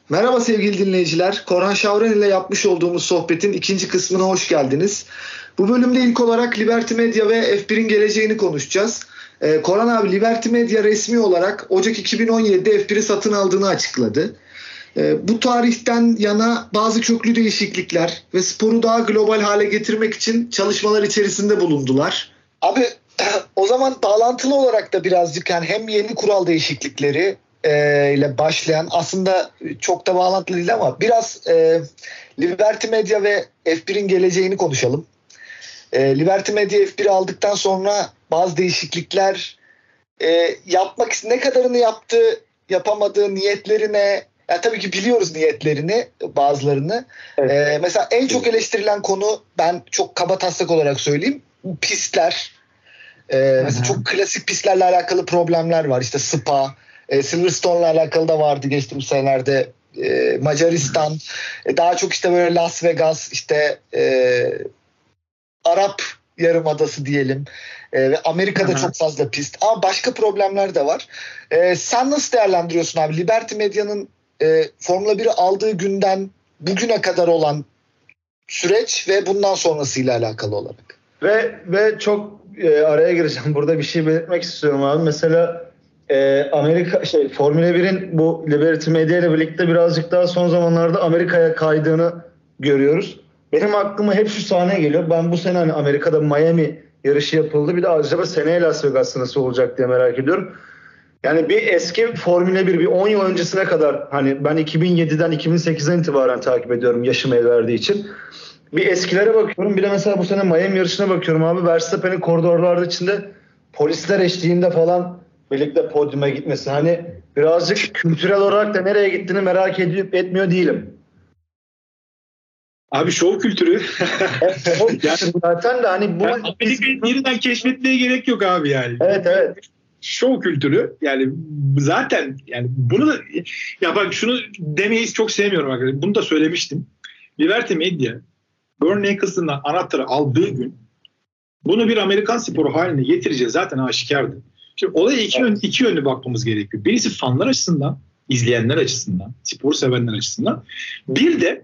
Merhaba sevgili dinleyiciler. Korhan Şavren ile yapmış olduğumuz sohbetin ikinci kısmına hoş geldiniz. Bu bölümde ilk olarak Liberty Media ve F1'in geleceğini konuşacağız. Korhan abi, Liberty Media resmi olarak Ocak 2017'de F1'i satın aldığını açıkladı. Bu tarihten yana bazı köklü değişiklikler ve sporu daha global hale getirmek için çalışmalar içerisinde bulundular. Abi o zaman bağlantılı olarak da birazcık yani hem yeni kural değişiklikleri ile başlayan, aslında çok da bağlantılı değil ama biraz Liberty Media ve F1'in geleceğini konuşalım. Liberty Media F1'i aldıktan sonra bazı değişiklikler yapmak ne kadarını yaptı, yapamadığı, niyetlerine. Yani tabii ki biliyoruz niyetlerini, bazılarını. Evet. Mesela en çok eleştirilen konu, ben çok kabataslak olarak söyleyeyim, pistler. Mesela çok klasik pistlerle alakalı problemler var. İşte Spa, Silverstone'la alakalı da vardı geçtiğimiz senelerde. Macaristan, daha çok işte böyle Las Vegas, işte Arap Yarımadası diyelim. Ve Amerika'da çok fazla pist. Ama başka problemler de var. Sen nasıl değerlendiriyorsun abi? Liberty Media'nın Formula 1'i aldığı günden bugüne kadar olan süreç ve bundan sonrasıyla alakalı olarak. Ve çok araya gireceğim. Burada bir şey belirtmek istiyorum abi. Mesela Formula 1'in bu Liberty Media ile birlikte birazcık daha son zamanlarda Amerika'ya kaydığını görüyoruz. Benim aklıma hep şu sahne geliyor. Ben bu sene hani Amerika'da Miami yarışı yapıldı. Bir de acaba seneye Las Vegas'ta nasıl olacak diye merak ediyorum. Yani bir eski Formula 1 bir 10 yıl öncesine kadar, hani ben 2007'den 2008'den itibaren takip ediyorum yaşım el verdiği için. Bir eskilere bakıyorum. Bir de mesela bu sene Miami yarışına bakıyorum abi. Verstappen'in koridorlarda içinde polisler eşliğinde falan birlikte podyuma gitmesi. Hani birazcık kültürel olarak da nereye gittiğini merak etmiyor değilim. Abi şov kültürü. Yani zaten de hani bu Amerika'yı yeniden keşfetmeye gerek yok abi yani. Evet. Şov kültürü yani zaten, yani bunu da, ya bak şunu demeyi çok sevmiyorum arkadaşlar. Bunu da söylemiştim. Liberty Media Bernie Eccleston'dan anahtarı aldığı gün bunu bir Amerikan sporu haline getireceği zaten aşikardı. Şimdi olaya iki yönlü bakmamız gerekiyor. Birisi fanlar açısından, izleyenler açısından, spor sevenler açısından. Bir de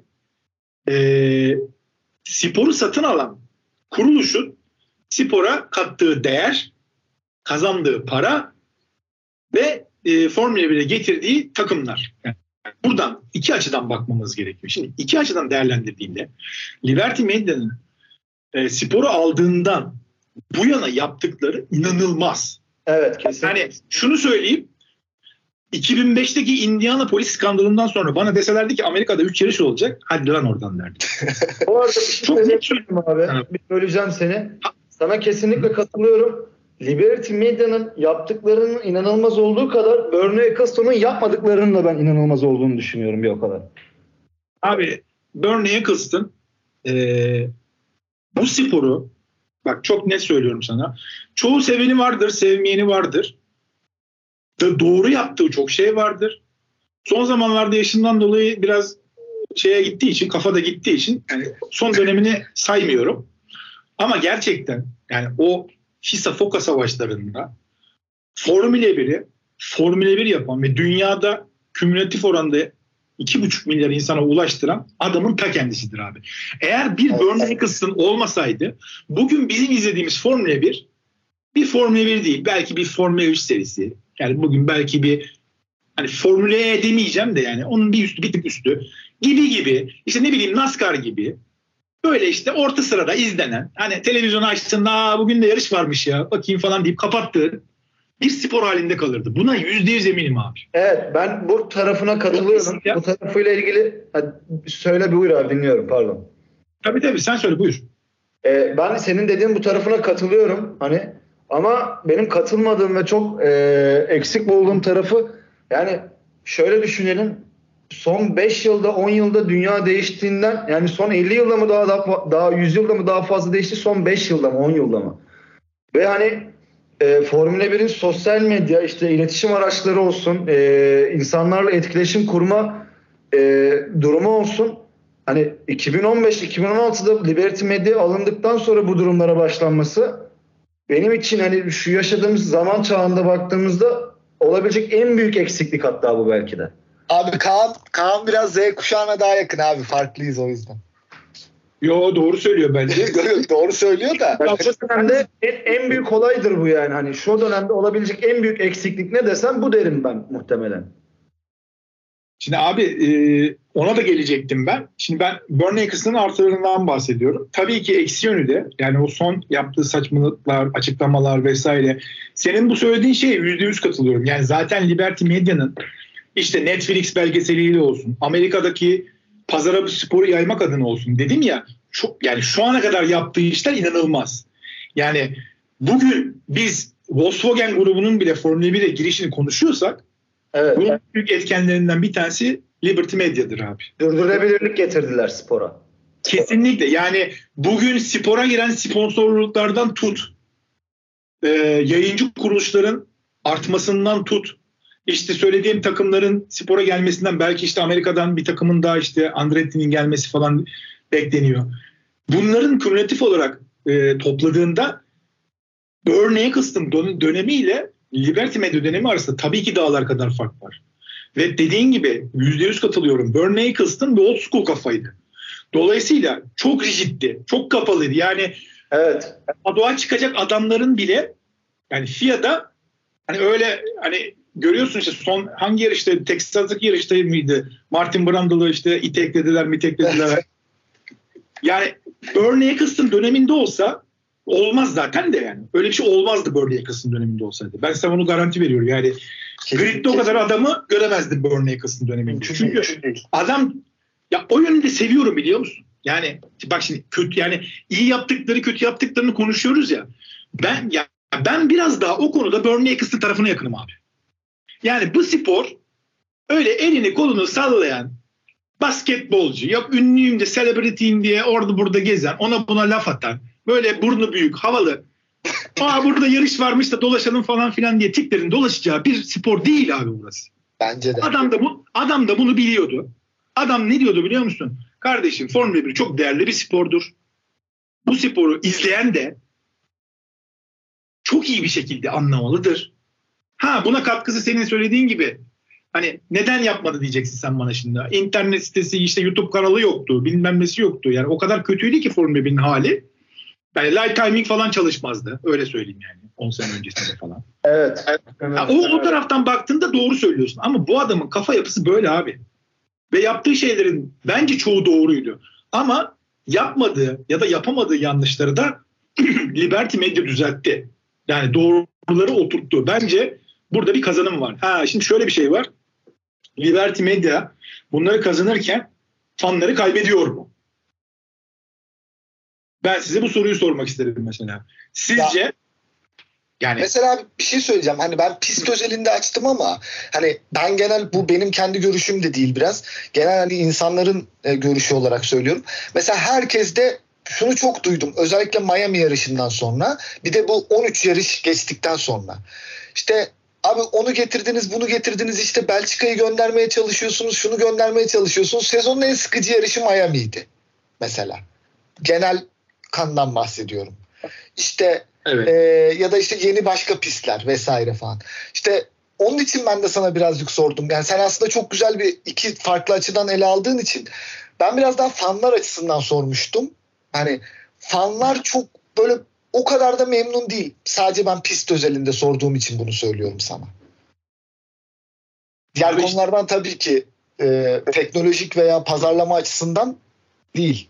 sporu satın alan kuruluşun spora kattığı değer, kazandığı para ve Formula 1'e getirdiği takımlar. Yani buradan iki açıdan bakmamız gerekiyor. Şimdi iki açıdan değerlendirdiğinde Liberty Media'nın sporu aldığından bu yana yaptıkları inanılmaz. Evet, kesinlikle. Yani şunu söyleyeyim. 2005'teki Indianapolis skandalından sonra bana deselerdi ki Amerika'da 3 yarış olacak, hadi lan oradan derdim. Bu arada bir şey söyleyeyim abi. Bir böleceğim seni. Sana kesinlikle katılıyorum. Liberty Media'nın yaptıklarının inanılmaz olduğu kadar Bernie Eccleston'un yapmadıklarının da ben inanılmaz olduğunu düşünüyorum bir o kadar. Abi Bernie Eccleston bu sporu, bak çok net söylüyorum sana, çoğu seveni vardır, sevmeyeni vardır. Doğru yaptığı çok şey vardır. Son zamanlarda yaşından dolayı biraz şeye gittiği için, kafada gittiği için yani son dönemini saymıyorum. Ama gerçekten yani o FISA-FOCA savaşlarında Formula 1 yapan ve dünyada kümülatif oranda 2,5 milyar insana ulaştıran adamın ta kendisidir abi. Eğer bir Bernie Eccleston olmasaydı bugün bizim izlediğimiz Formula 1 bir Formula 1 değil. Belki bir Formula 3 serisi. Yani bugün belki bir, hani Formula E demeyeceğim de yani onun bir tık üstü gibi. İşte ne bileyim NASCAR gibi. Böyle işte orta sırada izlenen, hani televizyonu açtığında bugün de yarış varmış ya bakayım falan deyip kapattığı bir spor halinde kalırdı. Buna %100 eminim abi. Evet, ben bu tarafına katılıyorum. Bu tarafıyla ilgili söyle, buyur abi, dinliyorum, pardon. Tabii sen söyle, buyur. Ben senin dediğin bu tarafına katılıyorum hani, ama benim katılmadığım ve çok eksik bulduğum tarafı, yani şöyle düşünelim, son 5 yılda 10 yılda dünya değiştiğinden, yani son 50 yılda mı daha 100 yılda mı daha fazla değişti, son 5 yılda mı 10 yılda mı? Ve hani Formula 1'in sosyal medya, işte iletişim araçları olsun, insanlarla etkileşim kurma durumu olsun. Hani 2015-2016'da Liberty Media alındıktan sonra bu durumlara başlanması benim için hani şu yaşadığımız zaman çağında baktığımızda olabilecek en büyük eksiklik, hatta bu belki de. Abi Kaan biraz Z kuşağına daha yakın abi. Farklıyız o yüzden. Yo, doğru söylüyor bence. Doğru söylüyor da. Ya şu dönemde en büyük olaydır bu yani. Hani şu dönemde olabilecek en büyük eksiklik ne desem bu derim ben muhtemelen. Şimdi abi ona da gelecektim ben. Şimdi ben Bernie Eccleston'ın artılarından bahsediyorum. Tabii ki eksi yönü de, yani o son yaptığı saçmalıklar, açıklamalar vesaire. Senin bu söylediğin şeye %100 katılıyorum. Yani zaten Liberty Media'nın işte Netflix belgeseliyle olsun, Amerika'daki pazara bu sporu yaymak adına olsun dedim ya, yani şu ana kadar yaptığı işler inanılmaz. Yani bugün biz Volkswagen grubunun bile Formula 1'e girişini konuşuyorsak, evet, bunun büyük etkenlerinden bir tanesi Liberty Media'dır abi. Sürdürülebilirlik getirdiler spora. Kesinlikle. Yani bugün spora giren sponsorluklardan tut, yayıncı kuruluşların artmasından tut, İşte söylediğim takımların spora gelmesinden, belki işte Amerika'dan bir takımın daha işte Andretti'nin gelmesi falan bekleniyor. Bunların kümülatif olarak topladığında Bernie Eccleston dönemiyle Liberty Media dönemi arasında tabii ki dağlar kadar fark var. Ve dediğin gibi %100 katılıyorum. Bernie Eccleston bir old school kafaydı. Dolayısıyla çok rigiddi, çok kapalıydı. Yani evet, adoğa çıkacak adamların bile, yani FIA'da hani öyle, hani görüyorsun işte son hangi yarışta, Texas'taki yarışta mıydı? Martin Brundle'ı işte iteklediler. Yani Bernie Eccleston döneminde olsa olmaz zaten de yani. Öyle bir şey olmazdı Bernie Eccleston döneminde olsaydı. Ben size bunu garanti veriyorum. Yani gridde o kadar adamı göremezdi Bernie Eccleston döneminde. Çünkü adam, ya o yönünü de seviyorum, biliyor musun? Yani bak şimdi kötü, yani iyi yaptıkları kötü yaptıklarını konuşuyoruz ya. Ben biraz daha o konuda Bernie Eccleston tarafına yakınım abi. Yani bu spor öyle elini kolunu sallayan basketbolcu, yok ünlüyüm de celebrity'yim diye orada burada gezen, ona buna laf atan, böyle burnu büyük, havalı, burada yarış varmış da dolaşalım falan filan diye tiplerin dolaşacağı bir spor değil abi burası. Bence de. Adam da bunu biliyordu. Adam ne diyordu biliyor musun? Kardeşim, Formula 1 çok değerli bir spordur. Bu sporu izleyen de çok iyi bir şekilde anlamalıdır. Buna katkısı senin söylediğin gibi. Hani neden yapmadı diyeceksin sen bana şimdi. İnternet sitesi, işte YouTube kanalı yoktu, bilmem nesi yoktu. Yani o kadar kötüydü ki Formula 1'in hali. Yani light timing falan çalışmazdı. Öyle söyleyeyim yani. 10 sene öncesinde falan. Evet. O taraftan baktığında doğru söylüyorsun. Ama bu adamın kafa yapısı böyle abi. Ve yaptığı şeylerin bence çoğu doğruydu. Ama yapmadığı ya da yapamadığı yanlışları da Liberty Media düzeltti. Yani doğruları oturttu. Bence burada bir kazanım var. Şimdi şöyle bir şey var. Liberty Media bunları kazanırken fanları kaybediyor mu? Ben size bu soruyu sormak isterim mesela. Sizce yani mesela bir şey söyleyeceğim. Hani ben pist özelinde açtım ama hani ben genel, bu benim kendi görüşüm de değil biraz. Genel hani insanların görüşü olarak söylüyorum. Mesela herkes de şunu çok duydum. Özellikle Miami yarışından sonra, bir de bu 13 yarış geçtikten sonra. İşte abi onu getirdiniz, bunu getirdiniz, işte Belçika'yı göndermeye çalışıyorsunuz, şunu göndermeye çalışıyorsunuz. Sezonun en sıkıcı yarışı Miami'ydi mesela. Genel kandan bahsediyorum. İşte evet. Ya da işte yeni başka pistler vesaire falan. İşte onun için ben de sana birazcık sordum. Yani sen aslında çok güzel iki farklı açıdan ele aldığın için ben biraz daha fanlar açısından sormuştum. Hani fanlar çok böyle o kadar da memnun değil. Sadece ben pist özelinde sorduğum için bunu söylüyorum sana. Diğer abi konulardan tabii ki teknolojik veya pazarlama açısından değil.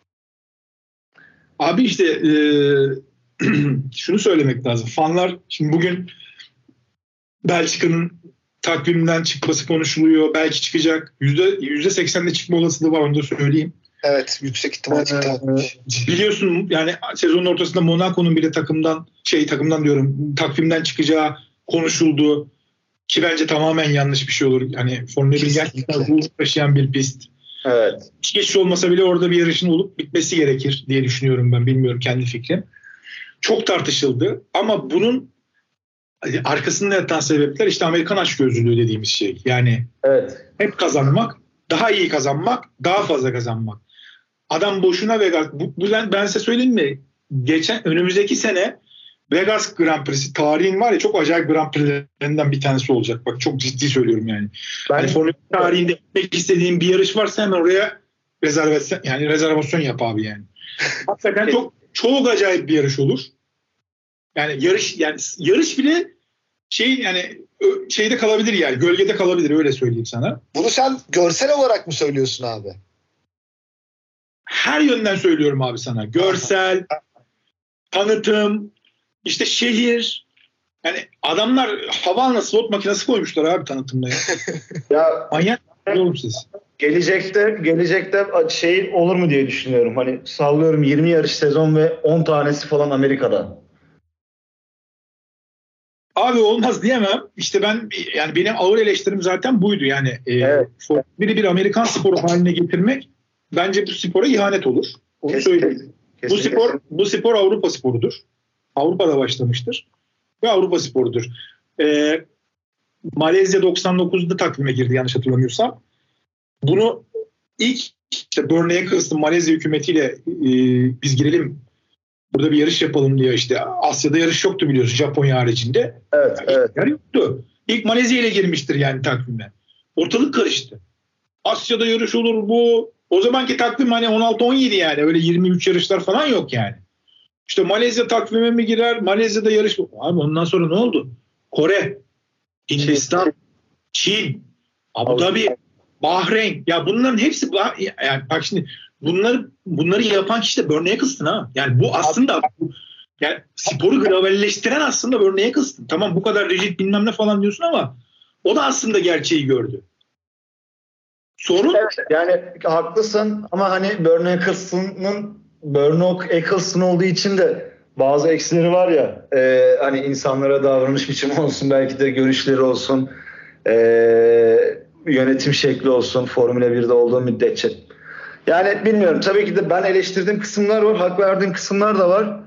Abi işte şunu söylemek lazım. Fanlar şimdi bugün Belçika'nın takvimden çıkması konuşuluyor. Belki çıkacak. %80'de çıkma olasılığı var, onu da söyleyeyim. Evet, yüksek ihtimal çıktı. Biliyorsun yani sezonun ortasında Monaco'nun bile takvimden çıkacağı konuşuldu. Ki bence tamamen yanlış bir şey olur. Hani Formula 1 gerçekten ruh taşıyan bir pist. Evet. Hiç geçiş olmasa bile orada bir yarışın olup bitmesi gerekir diye düşünüyorum ben. Bilmiyorum, kendi fikrim. Çok tartışıldı ama bunun arkasında yatan sebepler işte Amerikan açgözlülüğü dediğimiz şey. Yani evet, hep kazanmak, daha iyi kazanmak, daha fazla kazanmak. Adam boşuna Vegas. Ben size söyleyeyim mi? Önümüzdeki sene Vegas Grand Prix'si tarihin var ya çok acayip Grand Prix'lerinden bir tanesi olacak. Bak çok ciddi söylüyorum yani. Hani Formula 1 tarihinde gitmek istediğin bir yarış varsa hemen oraya rezervasyon yap abi yani. Hakikaten çok acayip bir yarış olur. Yani yarış bile şeyde kalabilir yani. Gölgede kalabilir öyle söyleyeyim sana. Bunu sen görsel olarak mı söylüyorsun abi? Her yönden söylüyorum abi sana. Görsel, tanıtım, işte şehir. Yani adamlar hava slot makinesi koymuşlar abi tanıtımda ya. Ya manyak oğlum siz. Gelecekte şey olur mu diye düşünüyorum. Hani sallıyorum 20 yarış sezon ve 10 tanesi falan Amerika'da. Abi olmaz diyemem. İşte benim ağır eleştirim zaten buydu. Yani evet. bir Amerikan sporu haline getirmek bence bu spora ihanet olur. Onu söyleyeyim. Bu spor Avrupa sporudur. Avrupa'da başlamıştır. Ve Avrupa sporudur. Malezya 99'da takvime girdi yanlış hatırlamıyorsam. Bunu ilk işte Bernie Eccleston Malezya hükümetiyle biz girelim burada bir yarış yapalım diye işte Asya'da yarış yoktu biliyorsun Japonya haricinde. Evet. Yer yoktu. İlk Malezya ile girmiştir yani takvime. Ortalık karıştı. Asya'da yarış olur bu. O zamanki takvim hani 16-17 yani öyle 23 yarışlar falan yok yani. İşte Malezya takvime mi girer? Malezya'da yarış. Abi ondan sonra ne oldu? Kore, Hindistan, Çin, Abu Dhabi, Bahreyn. Ya bunların hepsi yani bak şimdi bunları yapan kişi de Bernie Eccleston ha. Yani bu aslında yani sporu globalleştiren aslında Bernie Eccleston. Tamam bu kadar rigid bilmem ne falan diyorsun ama o da aslında gerçeği gördü. Sorun evet, yani haklısın ama hani Bernie Eccleston olduğu için de bazı eksileri var ya hani insanlara davranış biçimi olsun belki de görüşleri olsun yönetim şekli olsun Formula 1'de olduğu müddetçe. Yani bilmiyorum tabii ki de ben eleştirdiğim kısımlar var hak verdiğim kısımlar da var.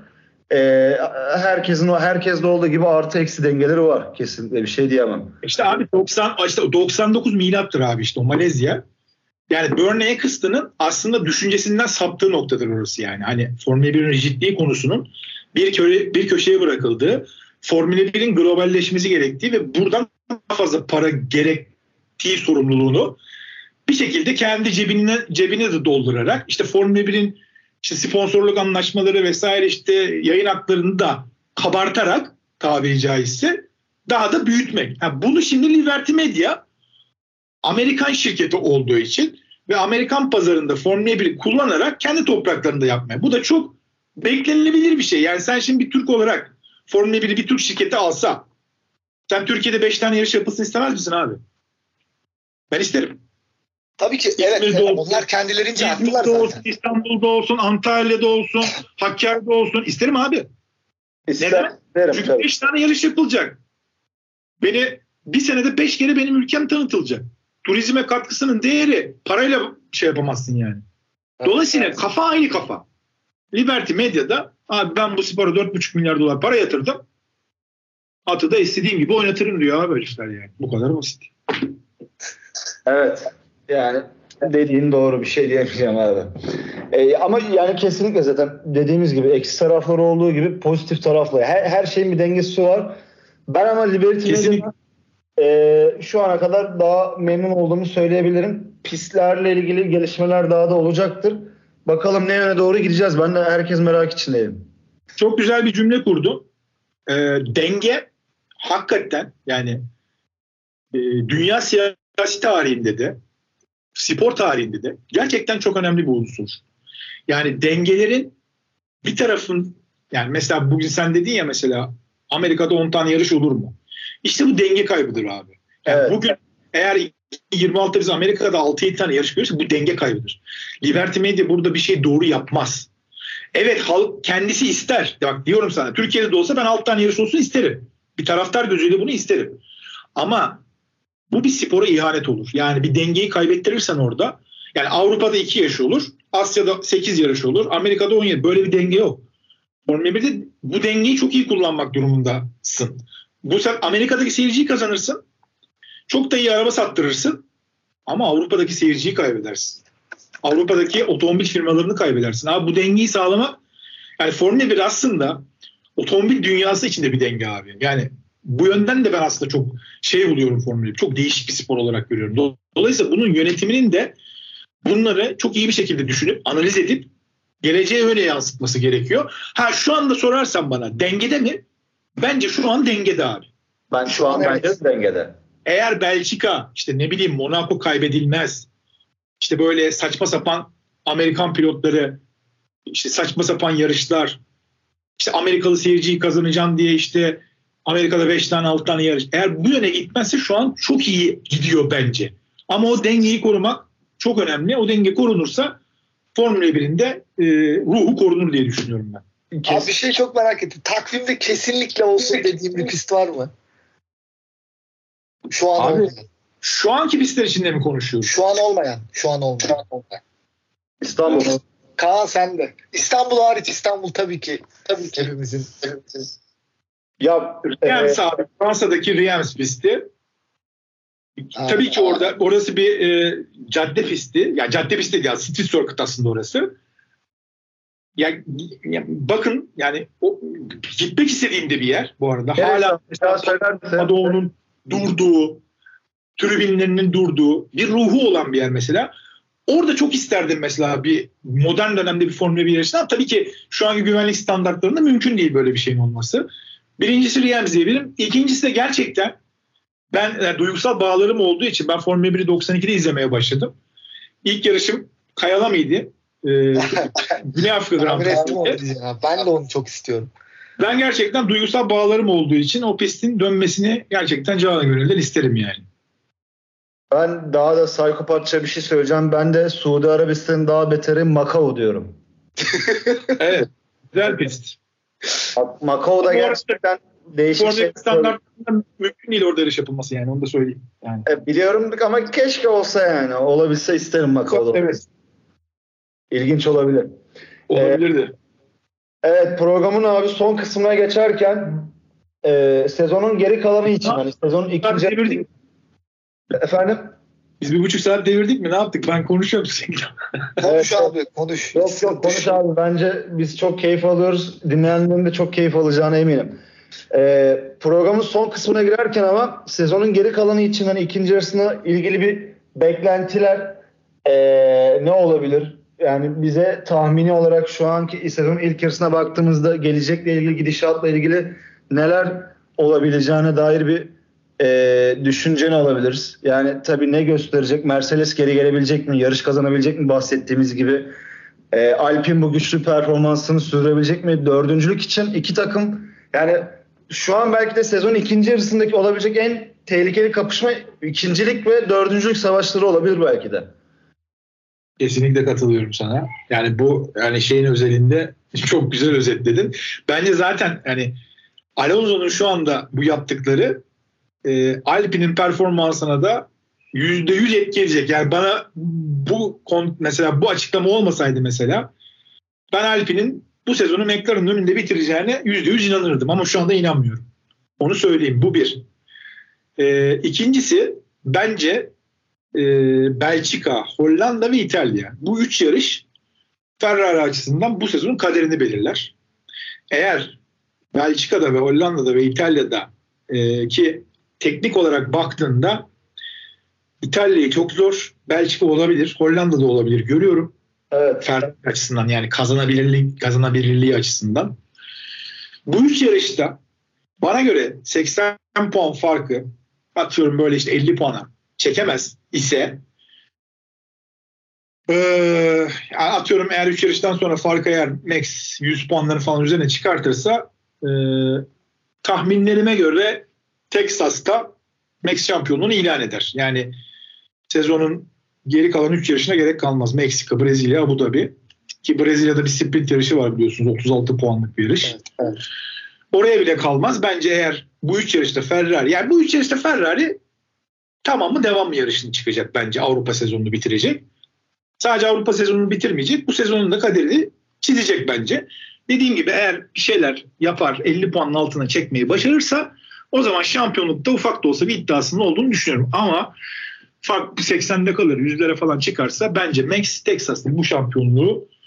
Herkeste olduğu gibi artı eksi dengeleri var. Kesinlikle bir şey diyemem. İşte abi 99 milattır abi işte o Malezya. Yani Bernie Eccleston'ın aslında düşüncesinden saptığı noktadır orası yani. Hani Formula 1'in rigidliği konusunun bir köşeye bırakıldığı, Formula 1'in globalleşmesi gerektiği ve buradan daha fazla para gerektiği sorumluluğunu bir şekilde kendi cebine de doldurarak işte Formula 1'in işte sponsorluk anlaşmaları vesaire işte yayın haklarını da kabartarak tabiri caizse daha da büyütmek. Bunu şimdi Liberty Media Amerikan şirketi olduğu için ve Amerikan pazarında Formula 1'i kullanarak kendi topraklarında yapmaya. Bu da çok beklenilebilir bir şey. Yani sen şimdi bir Türk olarak Formula 1'i bir Türk şirketi alsa sen Türkiye'de 5 tane yarış yapılsın istemez misin abi? Ben isterim. Tabii ki evet. Onlar kendilerince haklılar zaten. Olsun, İstanbul'da olsun, Antalya'da olsun, Hakkari'de olsun. İsterim abi. Neden? Çünkü 5 tane yarış yapılacak. Bir senede 5 kere benim ülkem tanıtılacak. Turizme katkısının değeri parayla şey yapamazsın yani. Dolayısıyla kafa aynı kafa. Liberty Media'da abi ben bu spora 4,5 milyar dolar para yatırdım. Atı da istediğim gibi oynatırım diyor abi herifler yani. Bu kadar basit. Evet. Yani dediğin doğru bir şey diyemeyeceğim abi. Ama yani kesinlikle zaten dediğimiz gibi eksi tarafları olduğu gibi pozitif tarafları. Her şeyin bir dengesi var. Ben ama Liberty Media'da şu ana kadar daha memnun olduğumu söyleyebilirim. Pistlerle ilgili gelişmeler daha da olacaktır. Bakalım ne yöne doğru gideceğiz. Ben de herkes merak içindeyim. Çok güzel bir cümle kurdum. Denge hakikaten yani dünya siyasi tarihinde de spor tarihinde de gerçekten çok önemli bir unsur. Yani dengelerin bir tarafın yani mesela bugün sen dedin ya mesela Amerika'da 10 tane yarış olur mu? İşte bu denge kaybıdır abi. Yani evet. Bugün eğer 26'da biz Amerika'da 6-7 tane yarış görürsek bu denge kaybıdır. Liberty Media burada bir şey doğru yapmaz. Evet halk kendisi ister. Bak diyorum sana Türkiye'de de olsa ben 6 tane yarış olsun isterim. Bir taraftar gözüyle bunu isterim. Ama bu bir spora ihanet olur. Yani bir dengeyi kaybettirirsen orada yani Avrupa'da 2 yarış olur. Asya'da 8 yarış olur. Amerika'da 17. Böyle bir denge yok. Formula 1'de bu dengeyi çok iyi kullanmak durumundasın. Bu sen Amerika'daki seyirciyi kazanırsın. Çok da iyi araba sattırırsın. Ama Avrupa'daki seyirciyi kaybedersin. Avrupa'daki otomobil firmalarını kaybedersin. Abi bu dengeyi sağlamak yani Formula 1 aslında otomobil dünyası içinde bir denge abi. Yani bu yönden de ben aslında çok buluyorum Formula 1. Çok değişik bir spor olarak görüyorum. Dolayısıyla bunun yönetiminin de bunları çok iyi bir şekilde düşünüp, analiz edip geleceğe öyle yansıtması gerekiyor. Şu anda sorarsan bana dengede mi? Bence şu an dengede abi. Ben şu an bence dengede. Eğer Belçika, işte ne bileyim Monaco kaybedilmez, işte böyle saçma sapan Amerikan pilotları, işte saçma sapan yarışlar, işte Amerikalı seyirciyi kazanacağım diye işte Amerika'da 5 tane 6 tane yarış. Eğer bu yöne gitmezse şu an çok iyi gidiyor bence. Ama o dengeyi korumak çok önemli. O denge korunursa Formula 1'in de ruhu korunur diye düşünüyorum ben. Abi bir şey çok merak ettim. Takvimde kesinlikle olsun dediğim bir pist var mı? Şu an olmayan. Şu anki pistler içinde mi konuşuyoruz? Şu an olmayan. İstanbul. Kaan sen de. İstanbul hariç. İstanbul tabii ki hepimizin. Ya Reims abi. Fransa'daki Reims pisti. Tabii ki orası bir cadde pisti. Ya cadde pisti değil. Street Circuit aslında orası. Ya bakın yani gitmek istediğim de bir yer bu arada. Evet, hala Doğu'nun durduğu, tribünlerinin durduğu bir ruhu olan bir yer mesela. Orada çok isterdim mesela bir modern dönemde bir Formula 1 yarışında. Tabii ki şu anki güvenlik standartlarında mümkün değil böyle bir şeyin olması. Birincisi Reims diyebilirim. İkincisi de gerçekten ben duygusal bağlarım olduğu için ben Formula 1'i 92'de izlemeye başladım. İlk yarışım Kayala mıydı? Güney Afrika Grand Prix'de. Ben de onu çok istiyorum. Ben gerçekten duygusal bağlarım olduğu için o pistin dönmesini gerçekten canı gönülden isterim yani. Ben daha da psikopatça bir şey söyleyeceğim. Ben de Suudi Arabistan'ın daha beteri Macau diyorum. Evet. Güzel pist. Macau'da gerçekten değişik şey. Standartlarında mümkün değil orada yarış yapılması yani. Onu da söyleyeyim. Yani. Biliyorum ama keşke olsa yani. Olabilse isterim Macau'da. Evet. İlginç olabilir. Olabilirdi. Evet, programın abi son kısmına geçerken sezonun geri kalanı için hani sezonun ikinci... Efendim? Biz 1,5 saat devirdik mi? Ne yaptık? Ben konuşuyorum. Konuş abi, konuş. Yok konuş abi. Bence biz çok keyif alıyoruz. Dinleyenlerin de çok keyif alacağına eminim. Programın son kısmına girerken ama sezonun geri kalanı için hani ikinci yarısına ilgili bir beklentiler ne olabilir? Yani bize tahmini olarak şu anki sezonun ilk yarısına baktığımızda gelecekle ilgili, gidişatla ilgili neler olabileceğine dair bir düşünceni alabiliriz. Yani tabii ne gösterecek? Mercedes geri gelebilecek mi? Yarış kazanabilecek mi? Bahsettiğimiz gibi. Alpine bu güçlü performansını sürdürebilecek mi? Dördüncülük için iki takım yani şu an belki de sezonun ikinci yarısındaki olabilecek en tehlikeli kapışma ikincilik ve dördüncülük savaşları olabilir belki de. Kesinlikle katılıyorum sana. Yani bu yani şeyin özelinde çok güzel özetledin. Bence zaten yani Alonso'nun şu anda bu yaptıkları Alpine'in performansına da %100 etki edecek. Yani bana mesela bu açıklama olmasaydı mesela ben Alpine'in bu sezonu McLaren'ın önünde bitireceğine %100 inanırdım ama şu anda inanmıyorum. Onu söyleyeyim. Bu bir. İkincisi bence Belçika, Hollanda ve İtalya. Bu üç yarış Ferrari açısından bu sezonun kaderini belirler. Eğer Belçika'da ve Hollanda'da ve İtalya'da ki teknik olarak baktığında İtalya'yı çok zor, Belçika olabilir, Hollanda'da olabilir görüyorum. Evet. Ferrari açısından yani kazanabilirliği açısından. Bu üç yarışta bana göre 80 puan farkı atıyorum böyle işte 50 puana çekemez ise atıyorum eğer 3 yarıştan sonra farkı eğer Max 100 puanları falan üzerine çıkartırsa tahminlerime göre Texas'ta Max şampiyonluğunu ilan eder. Yani sezonun geri kalan 3 yarışına gerek kalmaz. Meksika, Brezilya, Abu Dhabi. Ki Brezilya'da bir sprint yarışı var biliyorsunuz. 36 puanlık bir yarış. Evet. Oraya bile kalmaz. Bence eğer bu 3 yarışta Ferrari tamam mı devam mı yarışını çıkacak bence. Avrupa sezonunu bitirecek. Sadece Avrupa sezonunu bitirmeyecek. Bu sezonun da kaderini çizecek bence. Dediğim gibi eğer bir şeyler yapar 50 puanın altına çekmeyi başarırsa o zaman şampiyonlukta ufak da olsa bir iddiasının olduğunu düşünüyorum. Ama fark 80'de kalır 100'lere falan çıkarsa bence Max Texas'ın bu şampiyonluğu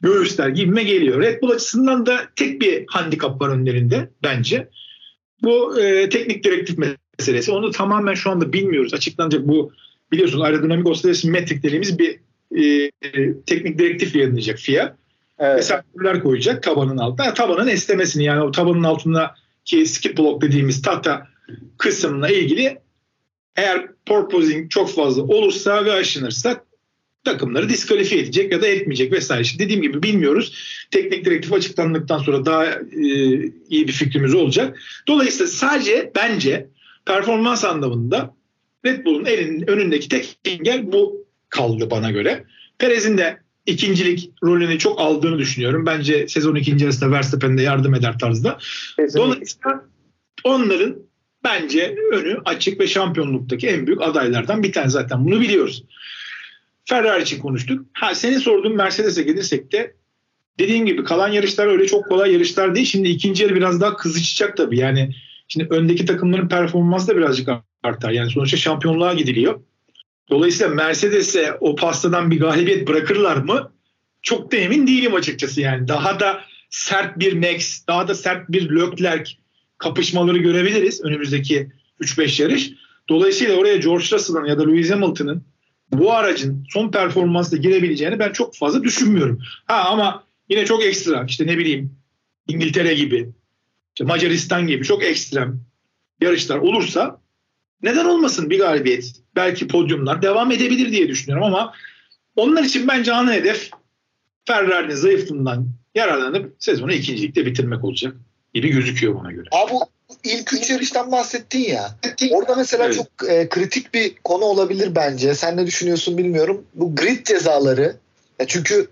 göğüsler gibime geliyor. Red Bull açısından da tek bir handikap var önlerinde bence. Bu teknik direktif meselesi. Onu tamamen şu anda bilmiyoruz. Açıklanacak bu, biliyorsunuz aerodinamik oscillating metrik dediğimiz bir teknik direktif yayınlayacak FIA. Evet. Hesaplar koyacak tabanın altına. Yani tabanın esnemesini, yani o tabanın altındaki skid block dediğimiz tahta kısmına ilgili eğer porpoising çok fazla olursa ve aşınırsa takımları diskalifiye edecek ya da etmeyecek vesaire. İşte dediğim gibi bilmiyoruz. Teknik direktif açıklandıktan sonra daha iyi bir fikrimiz olacak. Dolayısıyla sadece bence performans anlamında Red Bull'un önündeki tek engel bu kaldı bana göre. Perez'in de ikincilik rolünü çok aldığını düşünüyorum. Bence sezon ikinci yarısında Verstappen'e yardım eder tarzda. Kesinlikle. Dolayısıyla onların bence önü açık ve şampiyonluktaki en büyük adaylardan bir tane, zaten bunu biliyoruz. Ferrari için konuştuk. Senin sorduğun Mercedes'e gelirsek de dediğim gibi kalan yarışlar öyle çok kolay yarışlar değil. Şimdi ikinci yarı biraz daha kızışacak tabii. Yani şimdi öndeki takımların performansı da birazcık artar. Yani sonuçta şampiyonluğa gidiliyor. Dolayısıyla Mercedes'e o pastadan bir galibiyet bırakırlar mı? Çok da emin değilim açıkçası yani. Daha da sert bir Max, daha da sert bir Leclerc kapışmaları görebiliriz önümüzdeki 3-5 yarış. Dolayısıyla oraya George Russell'ın ya da Lewis Hamilton'ın bu aracın son performansla girebileceğini ben çok fazla düşünmüyorum. Ama yine çok ekstra, işte ne bileyim İngiltere gibi, işte Macaristan gibi çok ekstrem yarışlar olursa neden olmasın bir galibiyet? Belki podyumlar devam edebilir diye düşünüyorum ama onlar için bence ana hedef Ferrari'nin zayıflığından yararlanıp sezonu ikincilikte bitirmek olacak gibi gözüküyor bana göre. Abi bu ilk 3 yarıştan bahsettin ya. Orada mesela evet, çok kritik bir konu olabilir bence. Sen ne düşünüyorsun bilmiyorum. Bu grid cezaları. Çünkü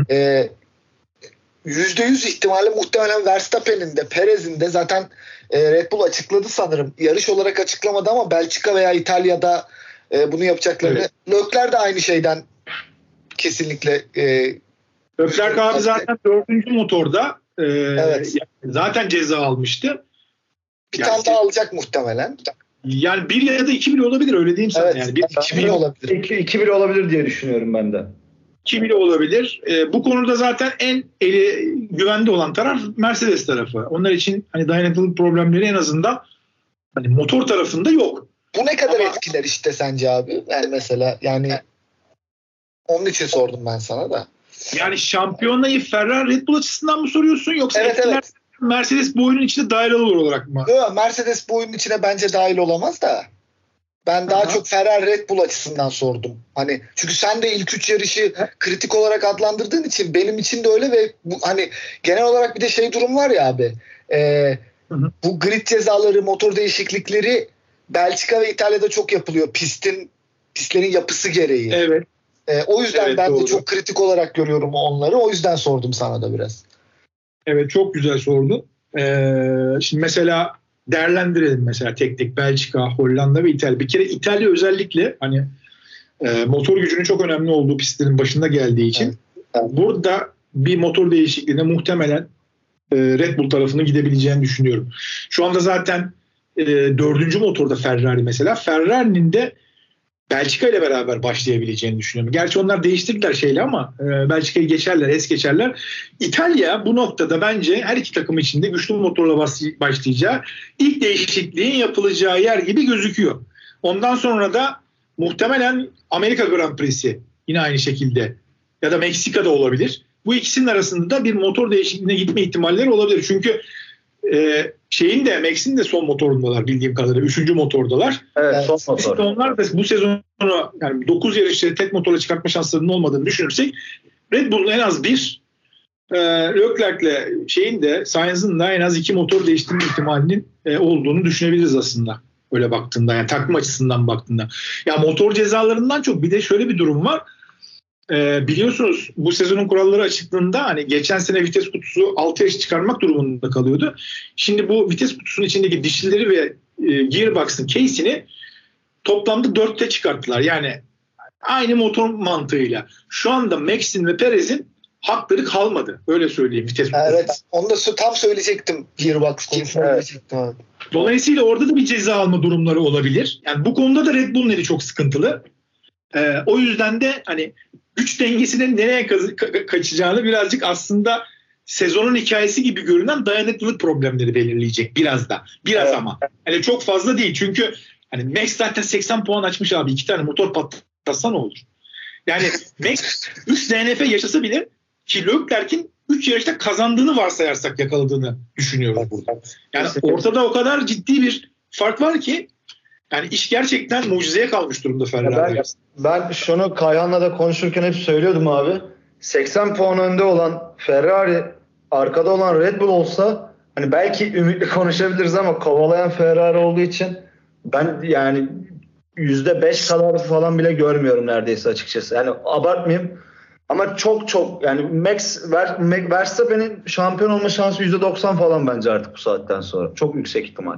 %100 ihtimalle muhtemelen Verstappen'in de Perez'in de zaten Red Bull açıkladı sanırım. Yarış olarak açıklamadı ama Belçika veya İtalya'da bunu yapacaklarını. Evet. Leclerc de aynı şeyden kesinlikle Leclerc abi zaten 4. motorda evet, zaten ceza almıştı. Bir tane daha alacak muhtemelen. Yani 1 ya da 2 bile olabilir, öyle diyeyim sana. Evet, yani 2 bile olabilir. 2 bile olabilir diye düşünüyorum ben de. 2 bile olabilir. Bu konuda zaten en güvende olan taraf Mercedes tarafı. Onlar için hani dayanıklılık problemleri en azından hani motor tarafında yok. Bu ne kadar etkiler işte sence abi? Yani mesela onun için sordum ben sana da. Yani şampiyonayı Ferrari Red Bull açısından mı soruyorsun, yoksa evet. Mercedes bu oyunun içine dahil olur olarak mı? Yok, Mercedes bu oyunun içine bence dahil olamaz da. Ben daha çok Ferrari Red Bull açısından sordum. Hani çünkü sen de ilk 3 yarışı kritik olarak adlandırdığın için benim için de öyle ve bu, hani genel olarak bir de durum var ya abi. Bu grid cezaları, motor değişiklikleri Belçika ve İtalya'da çok yapılıyor. Pistlerin yapısı gereği. Evet. O yüzden ben de çok kritik olarak görüyorum onları. O yüzden sordum sana da biraz. Evet, çok güzel sordun. Şimdi mesela değerlendirelim mesela tek Belçika, Hollanda ve İtalya. Bir kere İtalya özellikle hani motor gücünün çok önemli olduğu pistlerin başında geldiği için burada bir motor değişikliğine muhtemelen Red Bull tarafının gidebileceğini düşünüyorum. Şu anda zaten 4. motorda Ferrari mesela. Ferrari'nin de Belçika ile beraber başlayabileceğini düşünüyorum. Gerçi onlar değiştirdiler ama Belçika'yı geçerler, es geçerler. İtalya bu noktada bence her iki takım için de güçlü motorla başlayacağı, ilk değişikliğin yapılacağı yer gibi gözüküyor. Ondan sonra da muhtemelen Amerika Grand Prix'si yine aynı şekilde ya da Meksika'da olabilir. Bu ikisinin arasında da bir motor değişikliğine gitme ihtimalleri olabilir. Çünkü Max'in de son motorundalar bildiğim kadarıyla. 3. motordalar. Evet, son motor. Onlar da bu sezonu yani 9 yarışı tek motorla çıkartma şanslarının olmadığını düşünürsek Red Bull'un en az bir Leclerc'le Sainz'ın da en az 2 motor değiştirme ihtimalinin olduğunu düşünebiliriz aslında. Öyle baktığında, yani takım açısından baktığında. Ya motor cezalarından çok bir de şöyle bir durum var. Biliyorsunuz bu sezonun kuralları açıklığında hani geçen sene vites kutusu 6 yaş çıkarmak durumunda kalıyordu. Şimdi bu vites kutusunun içindeki dişlileri ve gearbox'ın case'ini toplamda 4'te çıkarttılar. Yani aynı motor mantığıyla. Şu anda Max'in ve Perez'in hakları kalmadı. Öyle söyleyeyim vites kutusu. Evet. Onu da tam söyleyecektim. Gearbox konusunu söyleyecektim. Evet. Dolayısıyla orada da bir ceza alma durumları olabilir. Yani bu konuda da Red Bull'un eli çok sıkıntılı. O yüzden de hani güç dengesinin nereye kaçacağını birazcık aslında sezonun hikayesi gibi görünen dayanıklılık problemleri belirleyecek biraz da. Biraz evet. Ama. Hani çok fazla değil. Çünkü hani Max zaten 80 puan açmış abi. 2 tane motor patlatsa ne olur? Yani Max 3 DNF yaşasa bile ki Leclerc'in 3 yarışta kazandığını varsayarsak yakaladığını düşünüyoruz burada. Yani ortada o kadar ciddi bir fark var ki yani iş gerçekten mucizeye kalmış durumda Ferrari. Ben şunu Kayhan'la da konuşurken hep söylüyordum abi. 80 puan önde olan Ferrari, arkada olan Red Bull olsa hani belki ümitli konuşabiliriz ama kovalayan Ferrari olduğu için ben yani %5 kadar falan bile görmüyorum neredeyse açıkçası. Yani abartmayayım ama çok yani Verstappen'in şampiyon olma şansı %90 falan bence artık bu saatten sonra. Çok yüksek ihtimal.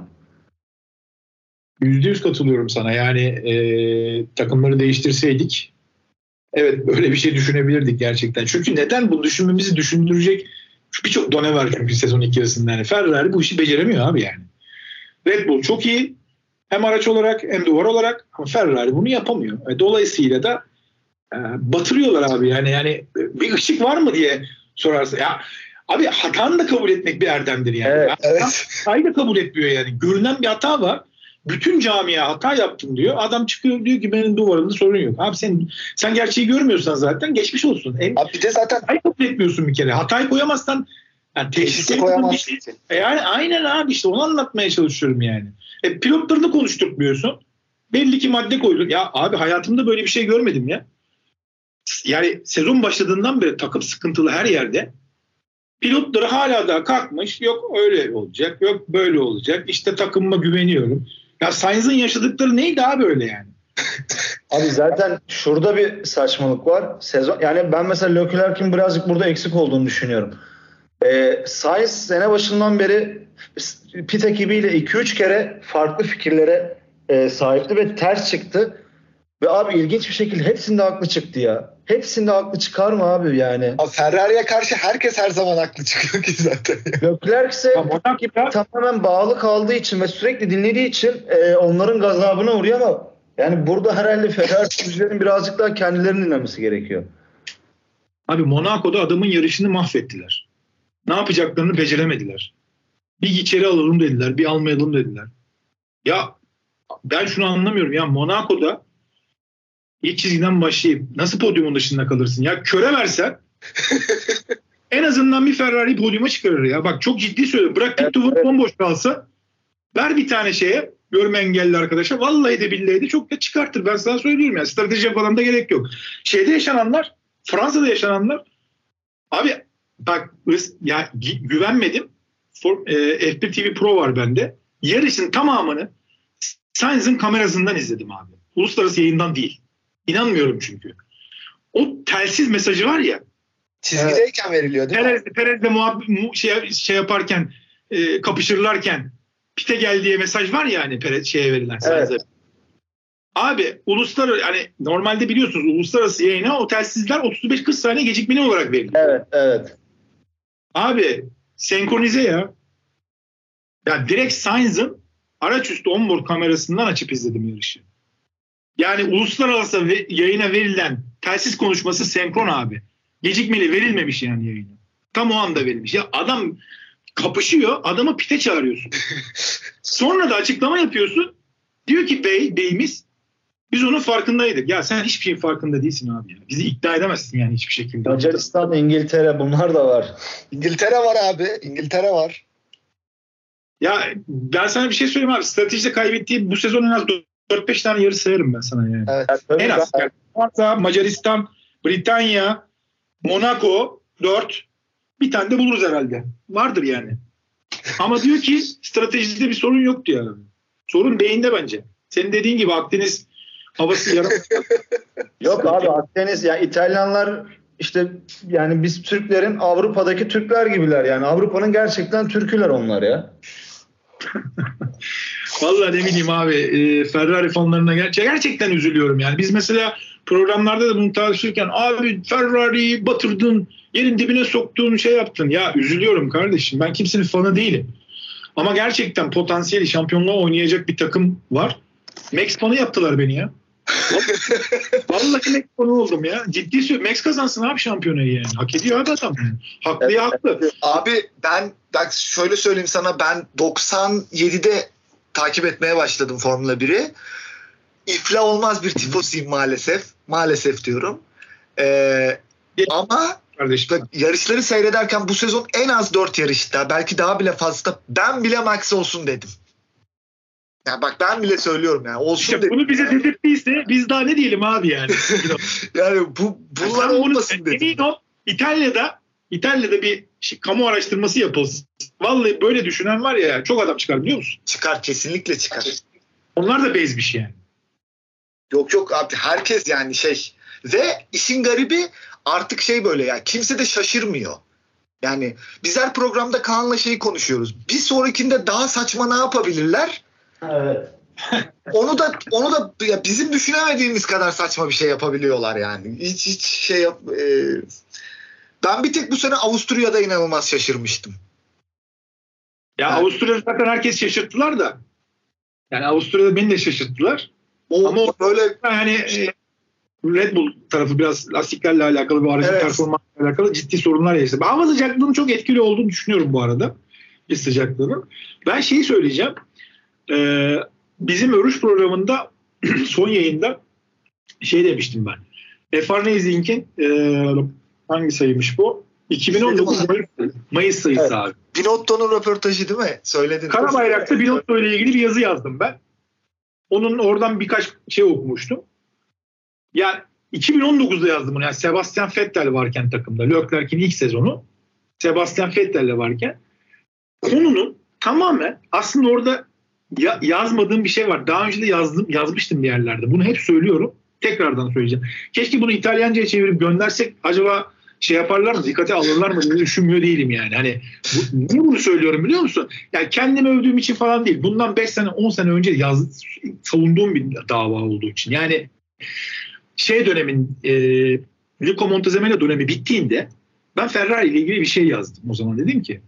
%100 katılıyorum sana. Yani takımları değiştirseydik evet böyle bir şey düşünebilirdik gerçekten. Çünkü neden bu düşünmemizi düşündürecek birçok done var çünkü sezon ilk yarısında. Yani Ferrari bu işi beceremiyor abi yani. Red Bull çok iyi hem araç olarak hem duvar olarak ama Ferrari bunu yapamıyor. Dolayısıyla da batırıyorlar abi yani bir ışık var mı diye sorarsa ya abi hatanı da kabul etmek bir erdemdir yani. Evet. Hatayı da kabul etmiyor yani. Görünen bir hata var. Bütün camia hata yaptım diyor. Adam çıkıyor diyor ki benim duvarımda sorun yok. Abi sen gerçeği görmüyorsan zaten geçmiş olsun. Abi bir de zaten hatayı kabul etmiyorsun bir kere. Hatayı koyamazsan yani teşhisi koyamazsın. Yani aynen abi işte onu anlatmaya çalışıyorum yani. Pilotlarını konuşturmuyorsun. Belli ki madde koydun. Ya abi hayatımda böyle bir şey görmedim ya. Yani sezon başladığından beri takım sıkıntılı her yerde. Pilotları hala da kalkmış. Yok öyle olacak. Yok böyle olacak. İşte takımıma güveniyorum. Ya Sainz'ın yaşadıkları neydi abi öyle yani? Abi zaten şurada bir saçmalık var. Sezon yani ben mesela Leclerc'in birazcık burada eksik olduğunu düşünüyorum. Sainz sene başından beri pit ekibiyle 2-3 kere farklı fikirlere sahipti ve ters çıktı. Ve abi ilginç bir şekilde hepsinde haklı çıktı ya. Hepsinde haklı çıkar mı abi yani? Abi Ferrari'ye karşı herkes her zaman haklı çıkıyor ki zaten. Leclerc ise tamamen bağlı kaldığı için ve sürekli dinlediği için onların gazabına uğruyor ama yani burada herhalde Ferrari sürücülerin birazcık daha kendilerini dinlemesi gerekiyor. Abi Monaco'da adamın yarışını mahvettiler. Ne yapacaklarını beceremediler. Bir içeri alalım dediler, bir almayalım dediler. Ya ben şunu anlamıyorum ya Monaco'da ilk çizgiden başlayıp nasıl podyumun dışında kalırsın? Ya köre versen en azından bir Ferrari podyuma çıkarır ya. Bak çok ciddi söylüyorum. Bırak pit duvarı bomboş kalsa ver bir tane şeye görme engelli arkadaşa. Vallahi de billahi de çok da çıkartır. Ben sana söylüyorum ya. Strateji falan da gerek yok. Şeyde yaşananlar Fransa'da yaşananlar abi bak ya güvenmedim. F1 TV Pro var bende. Yarışın tamamını Sainz'ın kamerasından izledim abi. Uluslararası yayından değil. İnanmıyorum çünkü. O telsiz mesajı var ya. Çizgideyken veriliyor değil mi? Perez'le şey yaparken kapışırlarken pite gel diye mesaj var ya hani Perez şeye verilen. Evet. Abi uluslararası yani normalde biliyorsunuz uluslararası yayına o telsizler 35-40 saniye gecikmeli olarak veriliyor. Evet. Abi senkronize ya. Ya direkt Sainz'ın araç üstü onboard kamerasından açıp izledim yarışı. Yani uluslararası yayına verilen telsiz konuşması senkron abi. Gecikmeli verilmemiş yani yayına. Tam o anda verilmiş. Ya adam kapışıyor, adamı pite çağırıyorsun. Sonra da açıklama yapıyorsun. Diyor ki beyimiz biz onun farkındaydık. Ya sen hiçbir şeyin farkında değilsin abi. Ya. Bizi ikna edemezsin yani hiçbir şekilde. Macaristan, İngiltere bunlar da var. İngiltere var abi. İngiltere var. Ya ben sana bir şey söyleyeyim abi. Stratejide kaybettiği bu sezon en az 4-5 tane yarış sayarım ben sana yani. Evet. En az. Fransa, Macaristan, Britanya, Monaco 4. Bir tane de buluruz herhalde. Vardır yani. Ama diyor ki stratejide bir sorun yok diyor. Sorun beyinde bence. Senin dediğin gibi Akdeniz havası yaratıyor. Yok abi Akdeniz ya İtalyanlar işte yani biz Türklerin Avrupa'daki Türkler gibiler yani. Avrupa'nın gerçekten Türküler onlar ya. Vallahi ne bileyim abi Ferrari fanlarına gerçekten üzülüyorum yani. Biz mesela programlarda da bunu tartışırken abi Ferrari'yi batırdın, yerin dibine soktun, şey yaptın. Ya üzülüyorum kardeşim. Ben kimsenin fanı değilim. Ama gerçekten potansiyeli şampiyonluğa oynayacak bir takım var. Max fanı yaptılar beni ya. Vallahi Max konu oldum ya. Ciddi söylüyorum. Max kazansın abi şampiyonayı yani. Hak ediyor abi adam. Haklıya haklı. Abi ben şöyle söyleyeyim sana, ben 97'de takip etmeye başladım Formula 1'i. İflah olmaz bir tifosuyum maalesef. Maalesef diyorum. Ama Kardeşim. yarışları seyrederken bu sezon en az 4 yarışta, belki daha bile fazla, ben bile Max olsun dedim. Yani bak ben bile söylüyorum yani olsun İşte dedim. bunu bize dedirttiyse biz daha ne diyelim abi yani. Yani bunlar olmasın dedim. Emin ol, İtalya'da bir kamu araştırması yapılsın. Vallahi böyle düşünen var ya, çok adam çıkar biliyor musun? Çıkar, kesinlikle çıkar. Onlar da bezmiş yani. Yok abi, herkes yani ve işin garibi artık böyle ya, kimse de şaşırmıyor. Yani biz her programda Kaan'la konuşuyoruz. Bir sonrakinde daha saçma ne yapabilirler? Evet. Onu da ya bizim düşünemediğimiz kadar saçma bir şey yapabiliyorlar yani. Hiç ben bir tek bu sene Avusturya'da inanılmaz şaşırmıştım. Ya yani, Avusturya'da zaten herkes şaşırttılar da. Yani Avusturya'da beni de şaşırttılar. Ama böyle yani Red Bull tarafı biraz lastiklerle alakalı, bir aracın performansla alakalı ciddi sorunlar yaşadı. Ben hava sıcaklığının çok etkili olduğunu düşünüyorum bu arada. Pist sıcaklığının. Ben söyleyeceğim. Bizim Örüş programında son yayında demiştim ben. F1 Racing'in hangi sayıymış bu? 2019 Mayıs sayısı abi. Binotto'nun röportajı değil mi? Söyledin. Karabayrak'ta Binotto ile ilgili bir yazı yazdım ben. Onun oradan birkaç okumuştum. Yani 2019'da yazdım bunu. Yani Sebastian Vettel varken takımda. Leclerc'in ilk sezonu. Sebastian Vettel'le varken. Konunun tamamen aslında orada yazmadığım bir şey var. Daha önce de yazmıştım bir yerlerde. Bunu hep söylüyorum. Tekrardan söyleyeceğim. Keşke bunu İtalyanca'ya çevirip göndersek acaba yaparlar mı? Dikkate alırlar mı diye düşünmüyor değilim yani. Hani niye bunu söylüyorum biliyor musun? Yani kendimi övdüğüm için falan değil. Bundan 5 sene 10 sene önce savunduğum bir dava olduğu için. Yani dönemin Lico Montezemolo dönemi bittiğinde ben Ferrari ile ilgili bir şey yazdım. O zaman dedim ki